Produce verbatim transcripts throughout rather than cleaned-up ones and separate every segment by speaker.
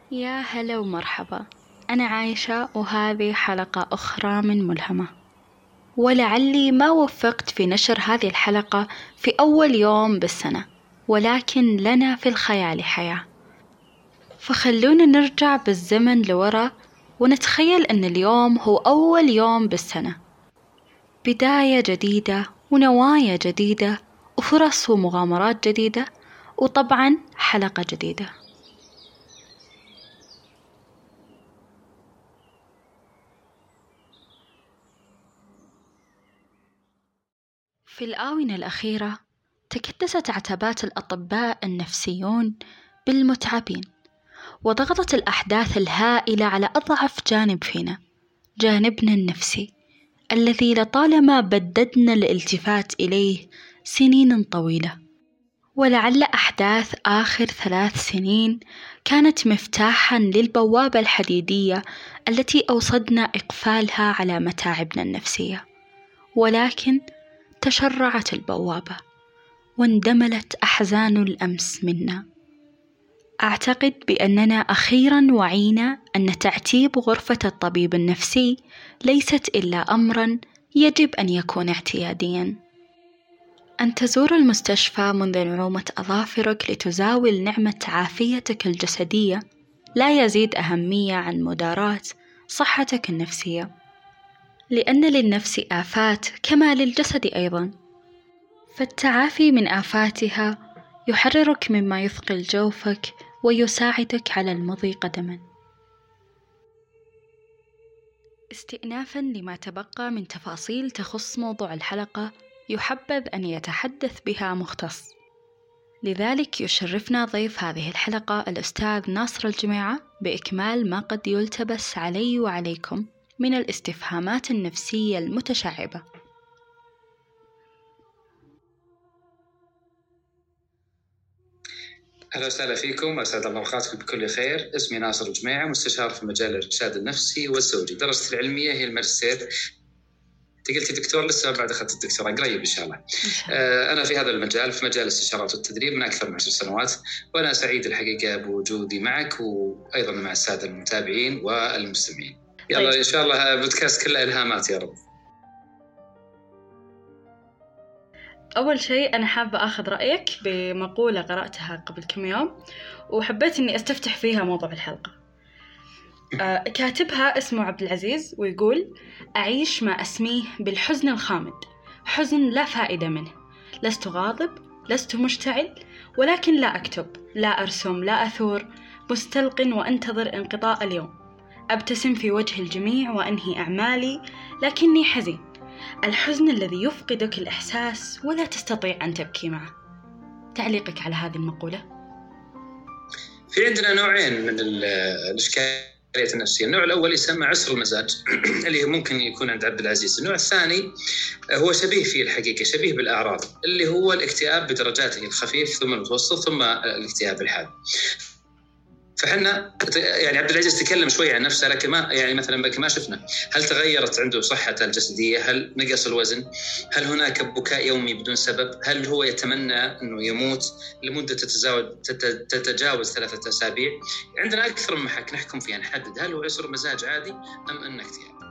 Speaker 1: يا هلا ومرحبا. أنا عايشة وهذه حلقة أخرى من ملهمة، ولعلي ما وفقت في نشر هذه الحلقة في أول يوم بالسنة، ولكن لنا في الخيال حياة. فخلونا نرجع بالزمن لورا ونتخيل أن اليوم هو أول يوم بالسنة، بداية جديدة ونوايا جديدة وفرص ومغامرات جديدة، وطبعا حلقة جديدة. في الآونة الأخيرة تكدست عتبات الأطباء النفسيون بالمتعبين، وضغطت الأحداث الهائلة على أضعف جانب فينا، جانبنا النفسي الذي لطالما بددنا الالتفات إليه سنين طويلة. ولعل أحداث آخر ثلاث سنين كانت مفتاحاً للبوابة الحديدية التي أوصدنا إقفالها على متاعبنا النفسية، ولكن تشرعت البوابة واندملت أحزان الأمس منا. أعتقد بأننا أخيراً وعينا أن تعتيب غرفة الطبيب النفسي ليست إلا أمراً يجب أن يكون اعتيادياً. أن تزور المستشفى منذ نعومة أظافرك لتزاول نعمة عافيتك الجسدية لا يزيد أهمية عن مداراة صحتك النفسية، لأن للنفس آفات كما للجسد أيضاً، فالتعافي من آفاتها يحررك مما يثقل جوفك ويساعدك على المضي قدماً. استئنافاً لما تبقى من تفاصيل تخص موضوع الحلقة يحبذ أن يتحدث بها مختص، لذلك يشرفنا ضيف هذه الحلقة الأستاذ ناصر الجميعة بإكمال ما قد يلتبس علي وعليكم من الاستفهامات النفسية المتشعبة.
Speaker 2: أهلا وسهلا فيكم، وأسعد الله أوقاتكم بكل خير. اسمي ناصر الجميعة، مستشار في مجال الإرشاد النفسي والزوجي. درستي العلمية هي الماجستير. أنت قلتي دكتور، لسه بعد أخذت الدكتوراه قريب إن شاء الله. آه أنا في هذا المجال، في مجال الاستشارات والتدريب من أكثر من عشر سنوات، وأنا سعيد الحقيقة بوجودي معك وأيضا مع السادة المتابعين والمستمعين. يلا إن شاء الله بودكاست كله إلهامات يا رب.
Speaker 1: أول شيء أنا حابة أخذ رأيك بمقولة قرأتها قبل كم يوم وحبيت أني أستفتح فيها موضوع الحلقة. آه كاتبها اسمه عبد العزيز، ويقول: أعيش ما أسميه بالحزن الخامد، حزن لا فائدة منه، لست غاضب، لست مشتعل، ولكن لا أكتب، لا أرسم، لا أثور، مستلق وأنتظر انقضاء اليوم، أبتسم في وجه الجميع وأنهي أعمالي، لكني حزين، الحزن الذي يفقدك الإحساس ولا تستطيع أن تبكي معه. تعليقك على هذه المقولة؟
Speaker 2: في عندنا نوعين من الإشكالية النفسية. النوع الأول يسمى عسر المزاج اللي ممكن يكون عند عبد العزيز. النوع الثاني هو شبيه فيه الحقيقة، شبيه بالأعراض، اللي هو الاكتئاب بدرجاته الخفيف ثم المتوسط ثم الاكتئاب الحاد. فحنا يعني عبد العزيز تكلم شوي عن نفسه، لكن ما يعني مثلا ما شفنا هل تغيرت عنده صحته الجسدية، هل نقص الوزن، هل هناك بكاء يومي بدون سبب، هل هو يتمنى أنه يموت لمدة تتزاوج تتجاوز ثلاثة أسابيع. عندنا أكثر من محك نحكم فيها، نحدد هل هو عسر مزاج عادي أم أنه اكتئاب.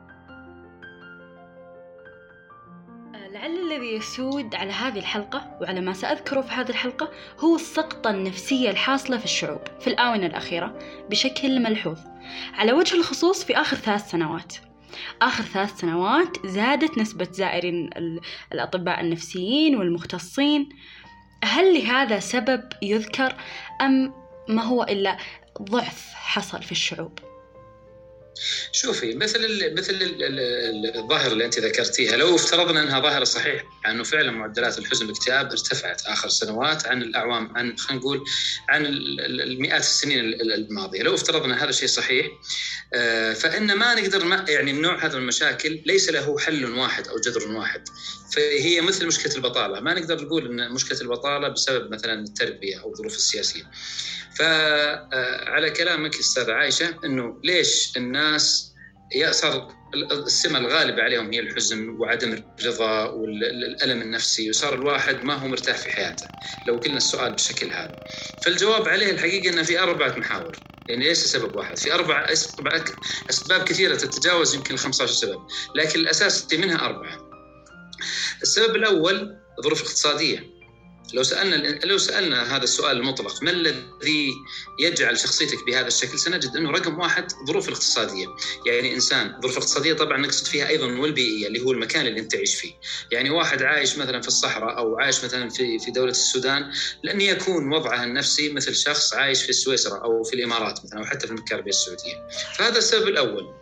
Speaker 1: لعل الذي يسود على هذه الحلقة وعلى ما سأذكره في هذه الحلقة هو السقطة النفسية الحاصلة في الشعوب في الآونة الأخيرة بشكل ملحوظ، على وجه الخصوص في آخر ثلاث سنوات. آخر ثلاث سنوات زادت نسبة زائرين الأطباء النفسيين والمختصين. هل لهذا سبب يذكر أم ما هو إلا ضعف حصل في الشعوب؟
Speaker 2: شوفي، مثل مثل الظاهرة اللي أنت ذكرتيها، لو افترضنا أنها ظاهرة صحيح، أنه فعلا معدلات الحزن والاكتئاب ارتفعت آخر سنوات عن الأعوام، عن خلينا نقول عن المئات السنين الماضية، لو افترضنا هذا الشيء صحيح، فإن ما نقدر ما يعني النوع هذا من المشاكل ليس له حل واحد أو جذر واحد. فهي مثل مشكلة البطالة، ما نقدر نقول أن مشكلة البطالة بسبب مثلا التربية أو الظروف السياسية. فعلى كلامك أستاذة عائشة، أنه ليش الناس صار السمة الغالبة عليهم هي الحزن وعدم الرضا والألم النفسي، وصار الواحد ما هو مرتاح في حياته لو قلنا السؤال بالشكل هذا. فالجواب عليه الحقيقة أنه في أربعة محاور، يعني ليس سبب واحد، في أربع أسباب كثيرة تتجاوز يمكن خمسة عشر سبب، لكن الأساس منها أربعة. السبب الأول ظروف اقتصادية. لو سألنا لو سألنا هذا السؤال المطلق، ما الذي يجعل شخصيتك بهذا الشكل، سنجد أنه رقم واحد ظروف الاقتصادية. يعني إنسان ظروف اقتصادية طبعا نقصد فيها أيضا والبيئية، اللي هو المكان اللي أنت تعيش فيه. يعني واحد عايش مثلا في الصحراء أو عايش مثلا في في دولة السودان لن يكون وضعه النفسي مثل شخص عايش في سويسرا أو في الإمارات مثلا أو حتى في المملكة العربية السعودية. فهذا السبب الأول.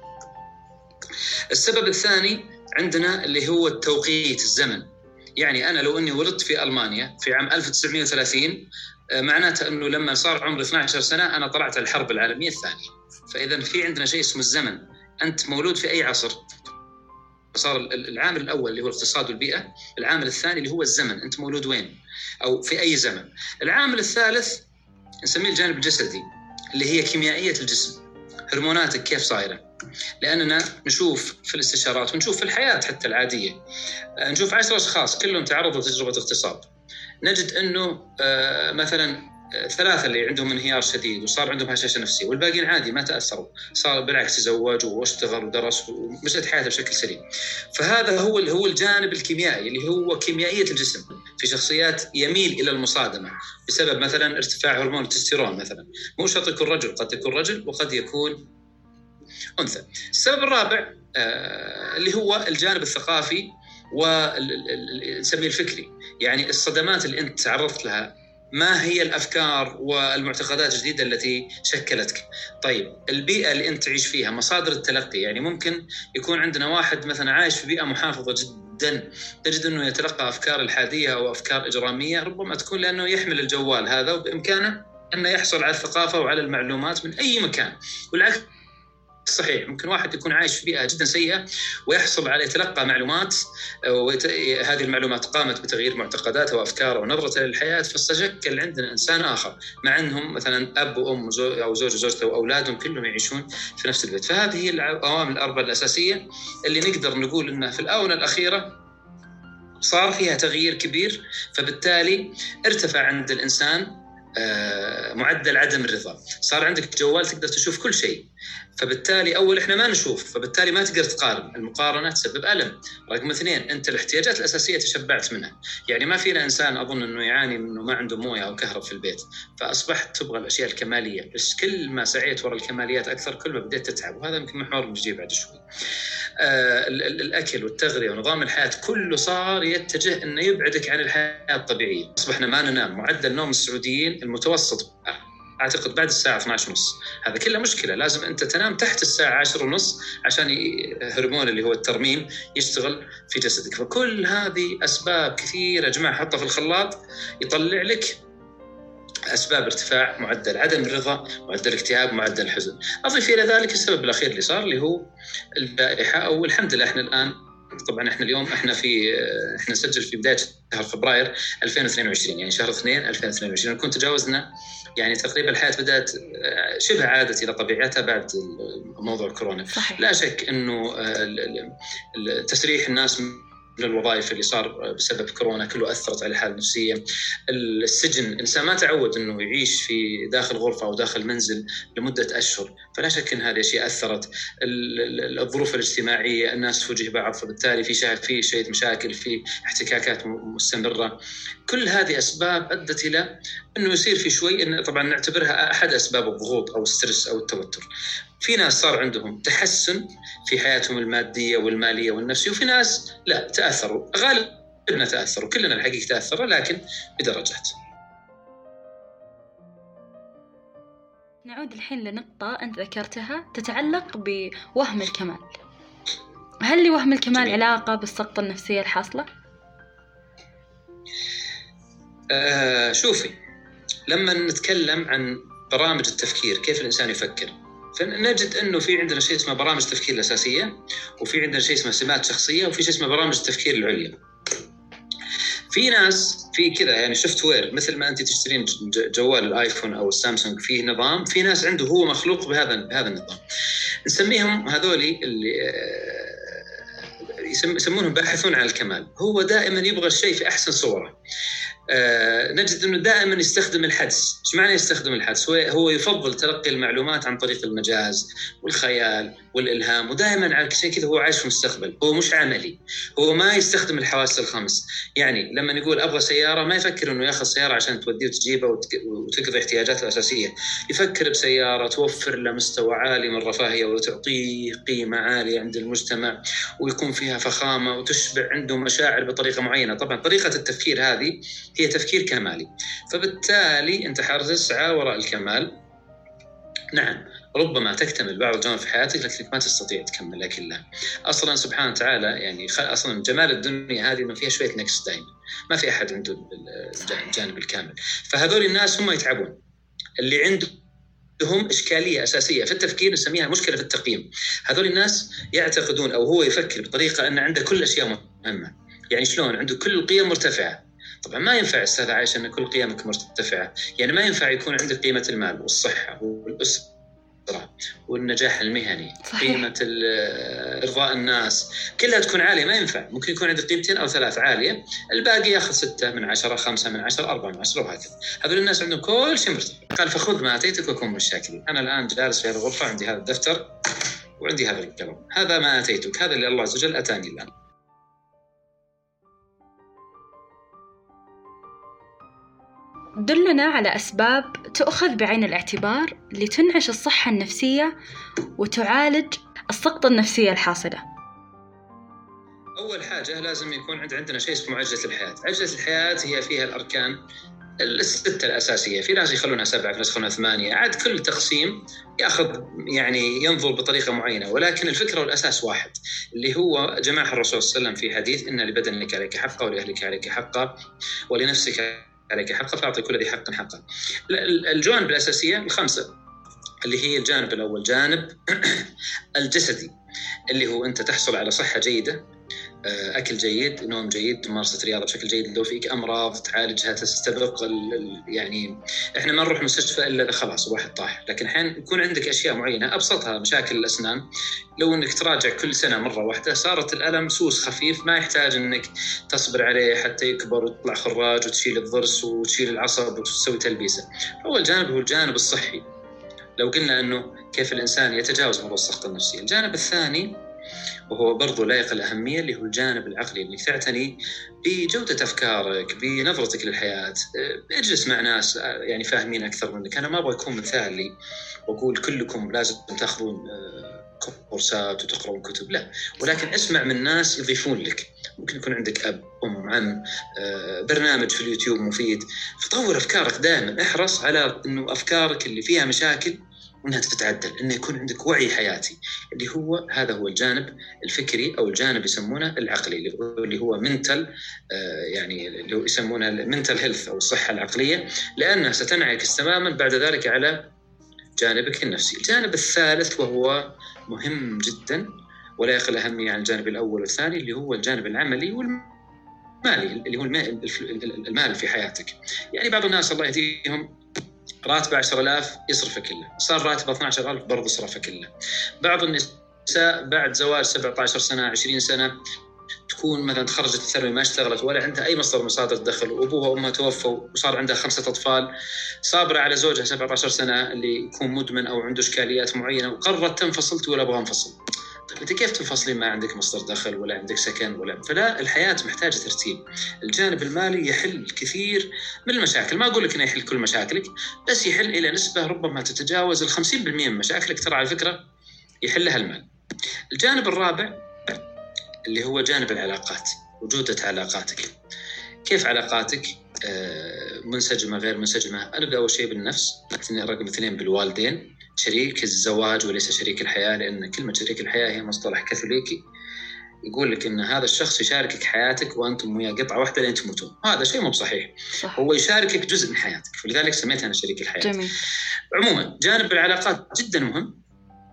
Speaker 2: السبب الثاني عندنا اللي هو التوقيت، الزمن. يعني أنا لو أني ولدت في ألمانيا في عام ألف وتسعمائة وثلاثين، معناته أنه لما صار عمري اثنتي عشرة سنة أنا طلعت الحرب العالمية الثانية. فإذا في عندنا شيء اسمه الزمن. أنت مولود في أي عصر؟ صار العامل الأول اللي هو الاقتصاد والبيئة، العامل الثاني اللي هو الزمن، أنت مولود وين أو في أي زمن. العامل الثالث نسميه الجانب الجسدي، اللي هي كيميائية الجسم، هرموناتك كيف صايرة. لأننا نشوف في الاستشارات ونشوف في الحياة حتى العادية، نشوف عشر أشخاص كلهم تعرضوا لتجربة اغتصاب، نجد أنه مثلا ثلاثة اللي عندهم انهيار شديد وصار عندهم هشاشة نفسية، والباقيين عادي ما تأثروا، صار بالعكس تزوج واشتغل ودرس ومشت حياته بشكل سليم. فهذا هو هو الجانب الكيميائي اللي هو كيميائية الجسم. في شخصيات يميل إلى المصادمة بسبب مثلا ارتفاع هرمون التستيرون مثلا، مو شرط يكون رجل، قد يكون رجل وقد يكون أنثى. السبب الرابع آه اللي هو الجانب الثقافي ونسميه الفكري. يعني الصدمات اللي أنت تعرضت لها، ما هي الأفكار والمعتقدات الجديدة التي شكلتك. طيب البيئة اللي أنت تعيش فيها، مصادر التلقي. يعني ممكن يكون عندنا واحد مثلا عايش في بيئة محافظة جدا، تجد أنه يتلقى أفكار إلحادية أو أفكار إجرامية، ربما تكون لأنه يحمل الجوال هذا وبإمكانه أنه يحصل على الثقافة وعلى المعلومات من أي مكان. والعكس صحيح، ممكن واحد يكون عايش في بيئة جدا سيئة ويحصل على يتلقى معلومات، وهذه المعلومات قامت بتغيير معتقداته وأفكاره ونظرته للحياة، فاستشكل عندنا إنسان آخر مع أنهم مثلا أب وأم أو زوج وزوجته وأولادهم كلهم يعيشون في نفس البيت. فهذه هي العوامل الأربعة الأساسية اللي نقدر نقول أنها في الآونة الأخيرة صار فيها تغيير كبير، فبالتالي ارتفع عند الإنسان معدل عدم الرضا. صار عندك جوال تقدر تشوف كل شيء، فبالتالي أول إحنا ما نشوف، فبالتالي ما تقدر تقارن، المقارنة تسبب ألم. رقم اثنين، أنت الاحتياجات الأساسية تشبعت منها. يعني ما فينا إنسان أظن أنه يعاني منه ما عنده موية أو كهرب في البيت، فأصبحت تبغى الأشياء الكمالية، بس كل ما سعيت وراء الكماليات أكثر كل ما بديت تتعب، وهذا يمكن محور نجيب بعد شوي. آه الأكل والتغذية ونظام الحياة كله صار يتجه أنه يبعدك عن الحياة الطبيعية. أصبحنا ما ننام، معدل نوم السعوديين المتوسط أعتقد بعد الساعة اثنتي عشرة ونص. هذا كله مشكلة، لازم أنت تنام تحت الساعة عشرة ونص عشان هرمون اللي هو الترميم يشتغل في جسدك. فكل هذه أسباب كثيرة يا جماعة حطها في الخلاط يطلع لك أسباب ارتفاع معدل عدم الرضا، معدل الاكتئاب، معدل الحزن. أضيف إلى ذلك السبب الأخير اللي صار اللي هو الجائحة، أو الحمد لله إحنا الآن طبعا إحنا اليوم إحنا في إحنا نسجل في بداية شهر فبراير ألفين واثنين وعشرين، يعني شهر اثنين ألفين واثنين وعشرين، نكون تجاوزنا يعني تقريبا الحياة بدأت شبه عادت إلى طبيعتها بعد موضوع كورونا.
Speaker 1: صحيح.
Speaker 2: لا شك إنه تسريح الناس من الوظائف اللي صار بسبب كورونا كله أثرت على الحالة النفسية. السجن، الإنسان ما تعود إنه يعيش في داخل غرفة أو داخل منزل لمدة أشهر، فلا شك إن هذه أشياء أثرت. الظروف الاجتماعية، الناس توجه بعض، فبالتالي في شيء في شيء مشاكل، في احتكاكات مستمرة. كل هذه أسباب أدت إلى إنه يصير في شوي، إن طبعا نعتبرها أحد أسباب الضغوط أو السترس أو التوتر. في ناس صار عندهم تحسن في حياتهم المادية والمالية والنفسية، وفي ناس لا تأثروا، غالبنا تأثروا، كلنا الحقيقة تأثروا لكن بدرجات.
Speaker 1: نعود الحين لنقطة أنت ذكرتها تتعلق بوهم الكمال. هل لوهم الكمال جميل. علاقة بالسقطة النفسية الحاصلة؟
Speaker 2: آه شوفي، لما نتكلم عن برامج التفكير كيف الإنسان يفكر، فنجد أنه في عندنا شيء اسمه برامج التفكير الأساسية، وفي عندنا شيء اسمه سمات شخصية، وفي شيء اسمه برامج التفكير العليا. في ناس في كذا يعني سوفت وير، مثل ما أنت تشترين جوال الآيفون أو السامسونج فيه نظام، في ناس عنده هو مخلوق بهذا بهذا النظام. نسميهم هذولي اللي يسمونهم باحثون عن الكمال. هو دائما يبغى الشيء في أحسن صورة. آه نجد أنه دائما يستخدم الحدس. إيش معنى يستخدم الحدس؟ هو, هو يفضل تلقي المعلومات عن طريق المجاز والخيال والإلهام، ودائما على شيء كذا هو عايش في المستقبل، هو مش عملي، هو ما يستخدم الحواس الخمس. يعني لما يقول أبغى سيارة ما يفكر أنه يأخذ سيارة عشان توديه وتجيبه وتقضي احتياجاته الأساسية، يفكر بسيارة توفر له مستوى عالي من الرفاهية وتعطيه قيمة عالية عند المجتمع ويكون فيها فخامة وتشبع عنده مشاعر بطريقة معينة. طبعا طريقة التفكير هذه هي تفكير كمالي، فبالتالي أنت حرص تسعى وراء الكمال. نعم ربما تكتمل بعض الجوانب في حياتك لكنك ما تستطيع تكملها كلها. أصلا سبحانه وتعالى يعني أصلا جمال الدنيا هذه إنه فيها شوية نقص دائما، ما في أحد عنده الجانب الكامل. فهذول الناس هم يتعبون، اللي عندهم إشكالية أساسية في التفكير نسميها مشكلة في التقييم. هذول الناس يعتقدون أو هو يفكر بطريقة أن عنده كل الأشياء مهمة. يعني شلون عنده كل القيم مرتفعة؟ طبعا ما ينفع أستاذ عايشة أن كل قيمك مرتفعة. يعني ما ينفع يكون عندك قيمة المال والصحة والأسرة والنجاح المهني، صحيح. قيمة إرضاء الناس كلها تكون عالية. ما ينفع، ممكن يكون عندك قيمتين أو ثلاث عالية، الباقي يأخذ ستة من عشرة، خمسة من عشرة، أربعة من عشرة، وهكذا. هذول الناس عندهم كل شيء مرتفع. قال فخذ ما أتيتك وكن من الشاكرين. أنا الآن جالس في هذه الغرفة، عندي هذا الدفتر وعندي هذا القلم، هذا ما أتيتك، هذا اللي الله عز وجل أتاني الآن.
Speaker 1: دلنا على أسباب تؤخذ بعين الاعتبار لتنعش الصحة النفسية وتعالج السقطة النفسية الحاصلة.
Speaker 2: أول حاجة لازم يكون عند عندنا شيء اسمه عجلة الحياة. عجلة الحياة هي فيها الأركان الستة الأساسية، في ناس يخلونها سبعة، في ناس يخلونها ثمانية، عاد كل تقسيم يأخذ يعني ينظر بطريقة معينة، ولكن الفكرة والأساس واحد، اللي هو جماعة الرسول صلى الله عليه وسلم في حديث إن لبدنك عليك حقا ولأهلك عليك حقا ولنفسك عليك حقا فأعطي كل ذي حق حقا. الجوانب الأساسية الخمسة اللي هي الجانب الأول جانب الجسدي، اللي هو أنت تحصل على صحة جيدة، أكل جيد، نوم جيد، ممارسة رياضة بشكل جيد. لو فيك أمراض تعالجها تستبق، يعني إحنا ما نروح مستشفى إلا إذا خلاص واحد طاح، لكن حين يكون عندك أشياء معينة أبسطها مشاكل الأسنان، لو أنك تراجع كل سنة مرة واحدة صارت الألم سوس خفيف ما يحتاج أنك تصبر عليه حتى يكبر وتطلع خراج وتشيل الضرس وتشيل العصب وتسوي تلبيسة. أول جانب هو الجانب الصحي، لو قلنا أنه كيف الإنسان يتجاوز موضوع السقطة النفسية. الجانب الثاني وهو برضو لا يقل أهمية اللي هو الجانب العقلي، أنك تعتني بجودة أفكارك، بنظرتك للحياة. اجلس مع ناس يعني فاهمين أكثر منك. أنا ما أبغى أكون مثالي وأقول كلكم لازم تأخذون كورسات وتقرؤون كتب، لا، ولكن اسمع من ناس يضيفون لك. ممكن يكون عندك أب، أم، عم، برنامج في اليوتيوب مفيد، فطور أفكارك دائما. احرص على أنه أفكارك اللي فيها مشاكل وأنها تتعدل، أنه يكون عندك وعي حياتي، اللي هو هذا هو الجانب الفكري أو الجانب يسمونه العقلي، اللي هو mental، يعني اللي هو يسمونه mental health أو الصحة العقلية، لأنها ستنعكس تماما بعد ذلك على جانبك النفسي. الجانب الثالث وهو مهم جدا ولا يقل أهمية عن الجانب الأول والثاني، اللي هو الجانب العملي والمالي، اللي هو المال في حياتك. يعني بعض الناس الله يهديهم راتب عشرة آلاف يصرفه كله، صار راتب اثنا عشر ألف برضه صرفه كله. بعض النساء بعد زواج سبعة عشر سنة عشرين سنة تكون مثلا تخرجت الثانوي ما اشتغلت ولا عندها أي مصدر مصادر دخل، وأبوها وأمها توفوا وصار عندها خمسة أطفال، صابرة على زوجها سبعة عشر سنة اللي يكون مدمن أو عنده إشكاليات معينة، وقررت تنفصل تقول أبغى أنفصل. طيب أنت كيف تنفصلين ما عندك مصدر دخل ولا عندك سكن ولا؟ فلا، الحياة محتاجة ترتيب. الجانب المالي يحل كثير من المشاكل، ما أقول لك إنه يحل كل مشاكلك، بس يحل إلى نسبة ربما تتجاوز الخمسين بالمئة من مشاكلك، ترى على فكرة يحلها المال. الجانب الرابع اللي هو جانب العلاقات وجودة علاقاتك. كيف علاقاتك منسجمة غير منسجمة؟ أنا أبدأ أول شيء بالنفس، رقم اثنين بالوالدين، شريك الزواج وليس شريك الحياة، لأن كلمة شريك الحياة هي مصطلح كاثوليكي يقول لك إن هذا الشخص يشاركك حياتك وأنتم وياه قطعة واحدة لين تموتون. هذا شيء مو بصحيح، صح. هو يشاركك جزء من حياتك، فلذلك سميتها أنا شريك الحياة. جميل. عموما جانب العلاقات جدا مهم.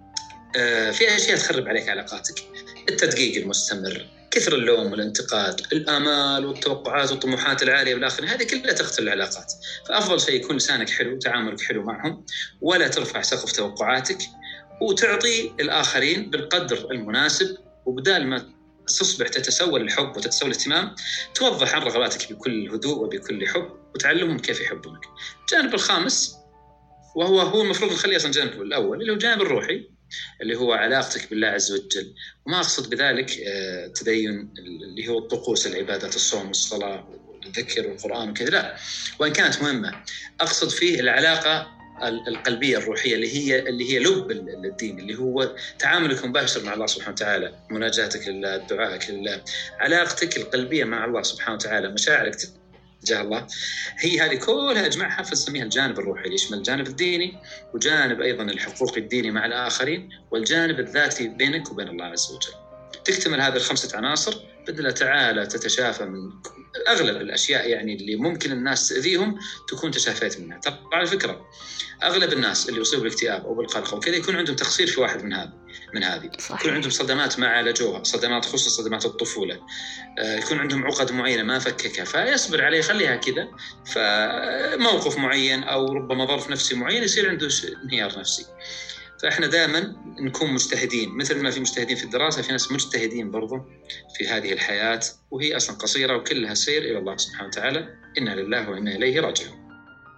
Speaker 2: آه في أشياء تخرب عليك علاقاتك: التدقيق المستمر، كثر اللوم والانتقاد، الآمال والتوقعات والطموحات العالية بالآخر، هذه كلها تقتل العلاقات. فأفضل شيء يكون لسانك حلو، تعاملك حلو معهم، ولا ترفع سقف توقعاتك، وتعطي الآخرين بالقدر المناسب، وبدال ما تصبح تتسول الحب وتتسول الاهتمام توضح عن رغباتك بكل هدوء وبكل حب وتعلمهم كيف يحبونك. الجانب الخامس وهو هو المفروض نخليه أصلا جانب الأول اللي هو الجانب الروحي اللي هو علاقتك بالله عز وجل. وما أقصد بذلك تدين اللي هو الطقوس العبادات الصوم والصلاة والذكر والقرآن وكذا، لا، وإن كانت مهمة أقصد فيه العلاقة القلبية الروحية اللي هي اللي هي لب الدين، اللي هو تعاملك مباشر مع الله سبحانه وتعالى، مناجاتك لله، دعائك لله، علاقتك القلبية مع الله سبحانه وتعالى، مشاعرك تجاه الله، هي هذه كلها أجمعها فنسميها الجانب الروحي اللي يشمل الجانب الديني وجانب أيضا الحقوق الديني مع الآخرين والجانب الذاتي بينك وبين الله عز وجل. تكتمل هذه الخمسة عناصر بإذن الله تعالى تتشافى من أغلب الأشياء يعني اللي ممكن الناس تأذيهم تكون تشافيت منها. طبعا على فكرة أغلب الناس اللي يصيبوا بالاكتئاب أو بالقلق وكذا يكون عندهم تقصير في واحد من هذه من هذه يكون عندهم صدمات ما عالجوها، صدمات خصوصا صدمات الطفولة، يكون عندهم عقد معينة ما فككها فيصبر عليه يخليها كذا، فموقف معين أو ربما ظرف نفسي معين يصير عنده انهيار نفسي. فإحنا دائما نكون مجتهدين، مثل ما في مجتهدين في الدراسة في ناس مجتهدين برضو في هذه الحياة وهي أصلا قصيرة وكلها سير إلى الله سبحانه وتعالى. إنا لله وإنا إليه راجعون.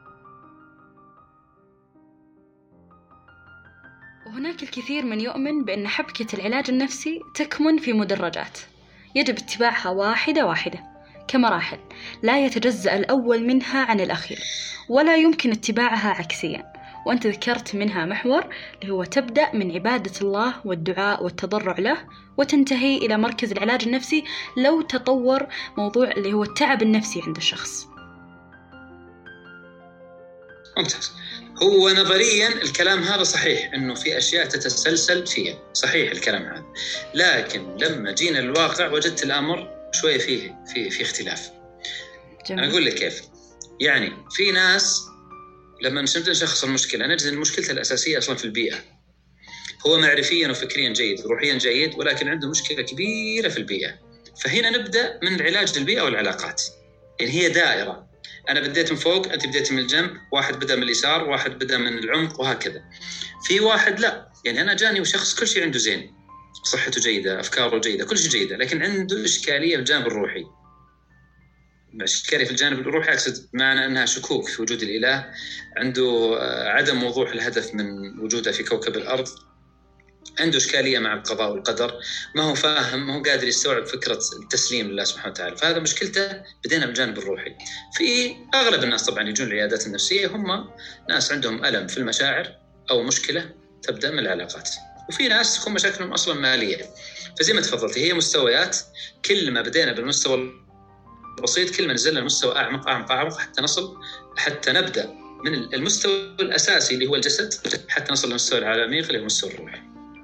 Speaker 1: وهناك الكثير من يؤمن بأن حبكة العلاج النفسي تكمن في مدرجات يجب اتباعها واحدة واحدة كمراحل لا يتجزأ الأول منها عن الأخير ولا يمكن اتباعها عكسيا. وأنت ذكرت منها محور اللي هو تبدأ من عبادة الله والدعاء والتضرع له وتنتهي إلى مركز العلاج النفسي لو تطور موضوع اللي هو التعب النفسي عند الشخص.
Speaker 2: ممتاز. هو نظريا الكلام هذا صحيح إنه في أشياء تتسلسل فيها، صحيح الكلام هذا، لكن لما جينا الواقع وجدت الأمر شوية فيه في في اختلاف. جميل. أنا أقول لك كيف. يعني في ناس لما نبدأ نشخص المشكلة نجد أن مشكلتها الأساسية أصلا في البيئة. هو معرفيا وفكريا جيد روحيا جيد ولكن عنده مشكلة كبيرة في البيئة. فهنا نبدأ من علاج البيئة والعلاقات، يعني هي دائرة، أنا بديت من فوق أنت بديت من الجنب، واحد بدأ من اليسار واحد بدأ من العمق وهكذا. في واحد لا، يعني أنا جاني وشخص كل شيء عنده زين، صحته جيدة، أفكاره جيدة، كل شيء جيدة، لكن عنده إشكالية في الجانب الروحي. إشكالية في الجانب الروحي أقصد معنى أنها شكوك في وجود الإله، عنده عدم وضوح الهدف من وجوده في كوكب الأرض، عنده إشكالية مع القضاء والقدر، ما هو فاهم، ما هو قادر يستوعب فكرة التسليم لله سبحانه وتعالى. فهذا مشكلته بدينا بالجانب الروحي. في أغلب الناس طبعا يجون العيادات النفسية هم ناس عندهم ألم في المشاعر أو مشكلة تبدأ من العلاقات، وفي ناس تكون مشاكلهم أصلا مالية. فزي ما تفضلتي هي مستويات، كل ما بدينا بالمستوى بسيط كل ما نزلنا المستوى أعمق أعمق أعمق حتى نصل حتى نبدأ من المستوى الأساسي اللي هو الجسد حتى نصل للمستوى العالمي اللي هو المستوى الروحي.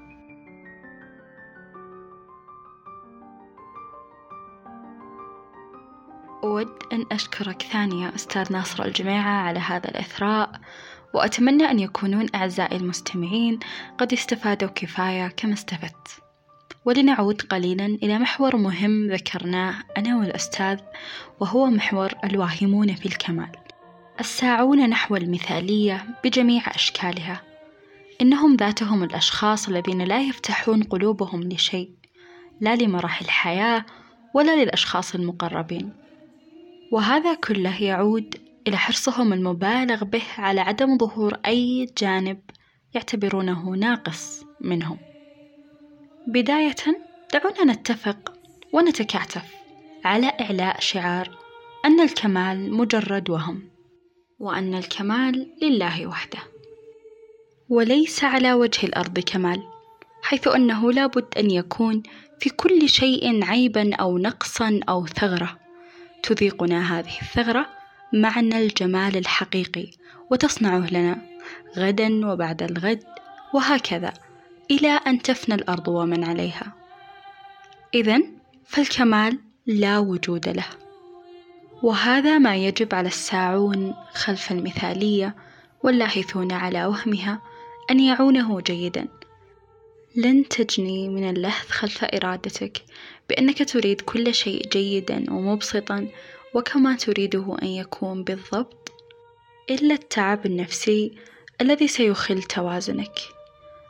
Speaker 1: أود أن أشكرك ثانية أستاذ ناصر الجميعة على هذا الإثراء، وأتمنى أن يكونون أعزائي المستمعين قد استفادوا كفاية كما استفدت. ولنعود قليلا إلى محور مهم ذكرناه أنا والأستاذ، وهو محور الواهمون في الكمال، الساعون نحو المثالية بجميع أشكالها. إنهم ذاتهم الأشخاص الذين لا يفتحون قلوبهم لشيء، لا لمراحل الحياة ولا للأشخاص المقربين، وهذا كله يعود إلى حرصهم المبالغ به على عدم ظهور أي جانب يعتبرونه ناقص منهم. بداية دعونا نتفق ونتكاتف على إعلاء شعار أن الكمال مجرد وهم، وأن الكمال لله وحده، وليس على وجه الأرض كمال، حيث أنه لا بد أن يكون في كل شيء عيبا أو نقصا أو ثغرة تذيقنا هذه الثغرة معنى الجمال الحقيقي وتصنعه لنا غدا وبعد الغد وهكذا إلى أن تفنى الأرض ومن عليها. إذن فالكمال لا وجود له، وهذا ما يجب على الساعون خلف المثالية واللاهثون على وهمها أن يعونه جيدا. لن تجني من اللهث خلف إرادتك بأنك تريد كل شيء جيدا ومبسطا وكما تريده أن يكون بالضبط، إلا التعب النفسي الذي سيخل توازنك.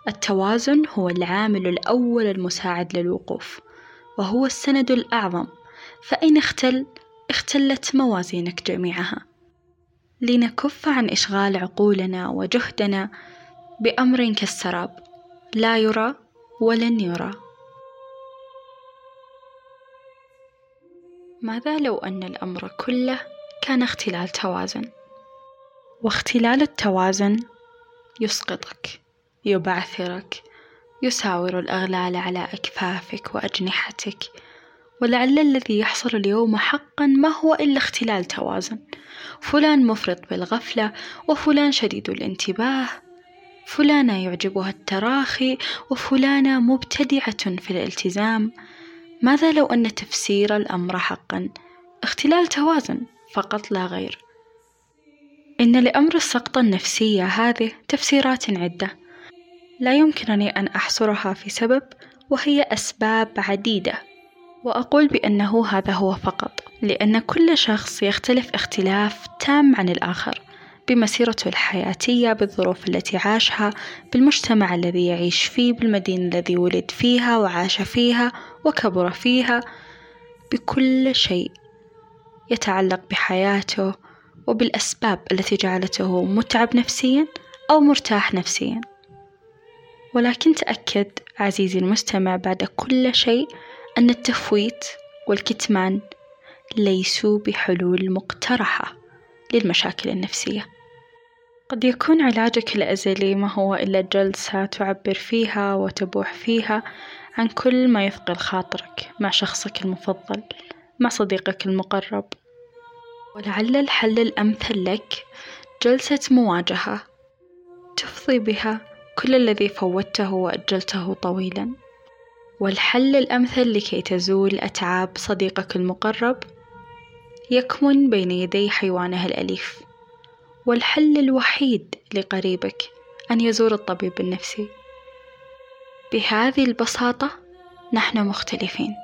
Speaker 1: التوازن هو العامل الأول المساعد للوقوف، وهو السند الأعظم، فإن اختل اختلت موازينك جميعها. لنكف عن إشغال عقولنا وجهدنا بأمر كالسراب لا يرى ولن يرى. ماذا لو أن الأمر كله كان اختلال توازن؟ واختلال التوازن يسقطك، يبعثرك، يساور الأغلال على أكفافك وأجنحتك. ولعل الذي يحصل اليوم حقا ما هو إلا اختلال توازن. فلان مفرط بالغفلة، وفلان شديد الانتباه، فلانة يعجبها التراخي، وفلانة مبتدعة في الالتزام. ماذا لو أن تفسير الأمر حقا اختلال توازن فقط لا غير؟ إن لأمر السقطة النفسية هذه تفسيرات عدة، لا يمكنني أن أحصرها في سبب، وهي أسباب عديدة. وأقول بأنه هذا هو فقط لأن كل شخص يختلف اختلاف تام عن الآخر، بمسيرته الحياتية، بالظروف التي عاشها، بالمجتمع الذي يعيش فيه، بالمدينة الذي ولد فيها وعاش فيها وكبر فيها، بكل شيء يتعلق بحياته، وبالأسباب التي جعلته متعب نفسيا أو مرتاح نفسيا. ولكن تأكد عزيزي المستمع بعد كل شيء أن التفويت والكتمان ليسوا بحلول مقترحة للمشاكل النفسية. قد يكون علاجك الأزلي ما هو إلا جلسة تعبر فيها وتبوح فيها عن كل ما يثقل خاطرك مع شخصك المفضل، مع صديقك المقرب. ولعل الحل الأمثل لك جلسة مواجهة تفضي بها كل الذي فوتته وأجلته طويلا. والحل الأمثل لكي تزول أتعاب صديقك المقرب يكمن بين يدي حيوانه الأليف. والحل الوحيد لقريبك أن يزور الطبيب النفسي. بهذه البساطة نحن مختلفين.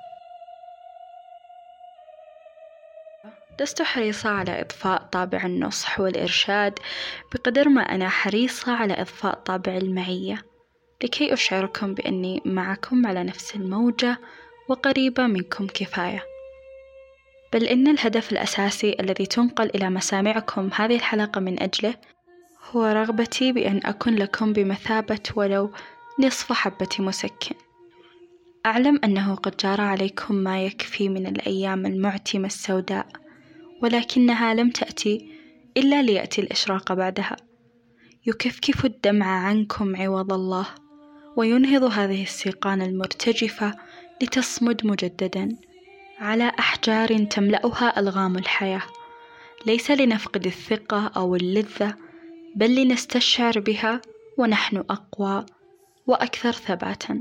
Speaker 1: لست حريصة على إضفاء طابع النصح والإرشاد بقدر ما أنا حريصة على إضفاء طابع المعية، لكي أشعركم بأني معكم على نفس الموجة وقريبة منكم كفاية. بل إن الهدف الأساسي الذي تنقل إلى مسامعكم هذه الحلقة من أجله هو رغبتي بأن أكون لكم بمثابة ولو نصف حبة مسكن. أعلم أنه قد جار عليكم ما يكفي من الأيام المعتمة السوداء، ولكنها لم تأتي إلا ليأتي الإشراق بعدها، يكفكف الدمع عنكم عوض الله، وينهض هذه السيقان المرتجفة لتصمد مجددا على أحجار تملأها ألغام الحياة، ليس لنفقد الثقة أو اللذة، بل لنستشعر بها ونحن أقوى وأكثر ثباتا.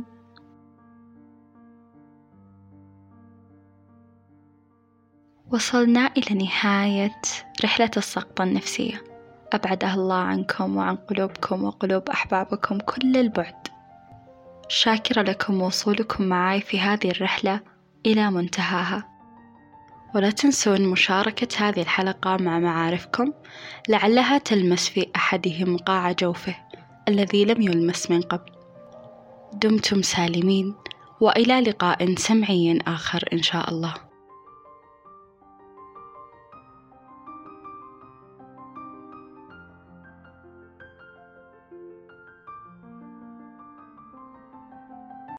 Speaker 1: وصلنا إلى نهاية رحلة السقطة النفسية، أبعدها الله عنكم وعن قلوبكم وقلوب أحبابكم كل البعد. شاكرة لكم وصولكم معي في هذه الرحلة إلى منتهاها. ولا تنسون مشاركة هذه الحلقة مع معارفكم، لعلها تلمس في أحدهم قاع جوفه الذي لم يلمس من قبل. دمتم سالمين، وإلى لقاء سمعي آخر إن شاء الله.